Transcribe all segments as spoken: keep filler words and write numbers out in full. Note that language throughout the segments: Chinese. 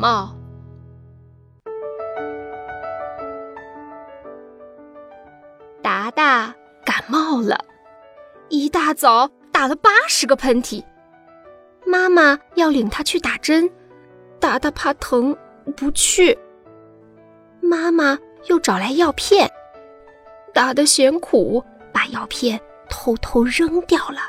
冒。达达感冒了，一大早打了八十个喷嚏。妈妈要领他去打针，达达怕疼，不去。妈妈又找来药片，达达嫌苦，把药片偷偷扔掉了。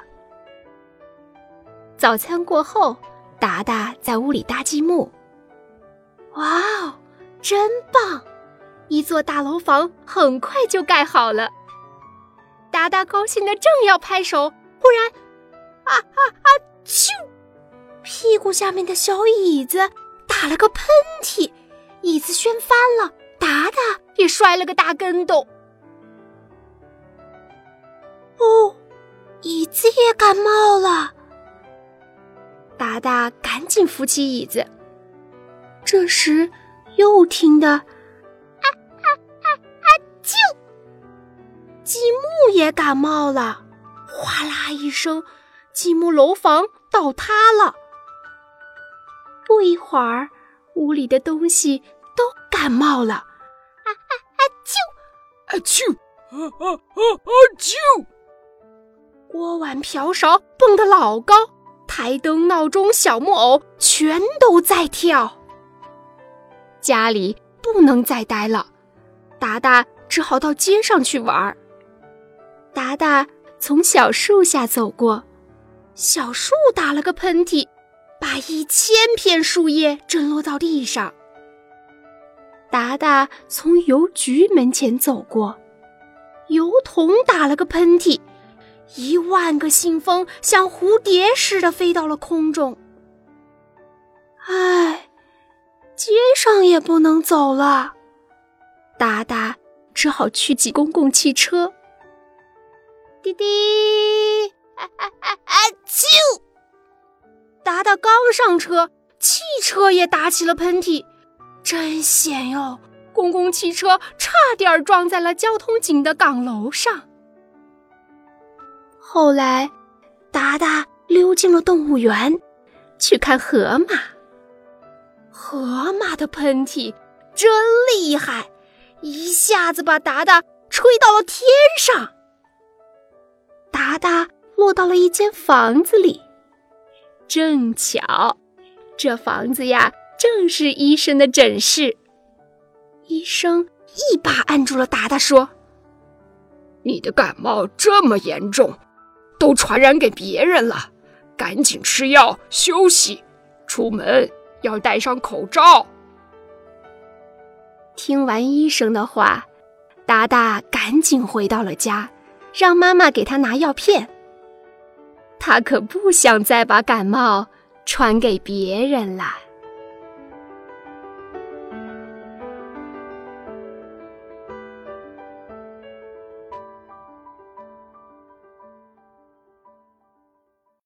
早餐过后，达达在屋里搭积木。哇哦，真棒！一座大楼房很快就盖好了。达达高兴得正要拍手，忽然，啊啊啊！啾！屁股下面的小椅子打了个喷嚏，椅子掀翻了，达达也摔了个大跟斗。哦，椅子也感冒了。达达赶紧扶起椅子，这时又听得啊啊啊啊啾！积木也感冒了，哗啦一声，积木楼房倒塌了。不一会儿，屋里的东西都感冒了，啊啊啊啾！ 啊啾！啊啊啊啊啾！ 锅碗瓢勺蹦得老高，台灯、闹钟、小木偶全都在跳。家里不能再待了，达达只好到街上去玩。达达从小树下走过，小树打了个喷嚏，把一千片树叶震落到地上。达达从邮局门前走过，邮筒打了个喷嚏，一万个信封像蝴蝶似的飞到了空中。唉，街上也不能走了，达达只好去挤公共汽车。滴滴，啊啊啊啊啾！达达刚上车，汽车也打起了喷嚏，真险哟！公共汽车差点撞在了交通警的岗楼上。后来，达达溜进了动物园，去看河马。河马的喷嚏真厉害，一下子把达达吹到了天上。达达落到了一间房子里，正巧，这房子呀，正是医生的诊室。医生一把按住了达达，说：“ 你的感冒这么严重，都传染给别人了，赶紧吃药休息，出门要戴上口罩。” 听完医生的话，达达赶紧回到了家，让妈妈给他拿药片。他可不想再把感冒传给别人了。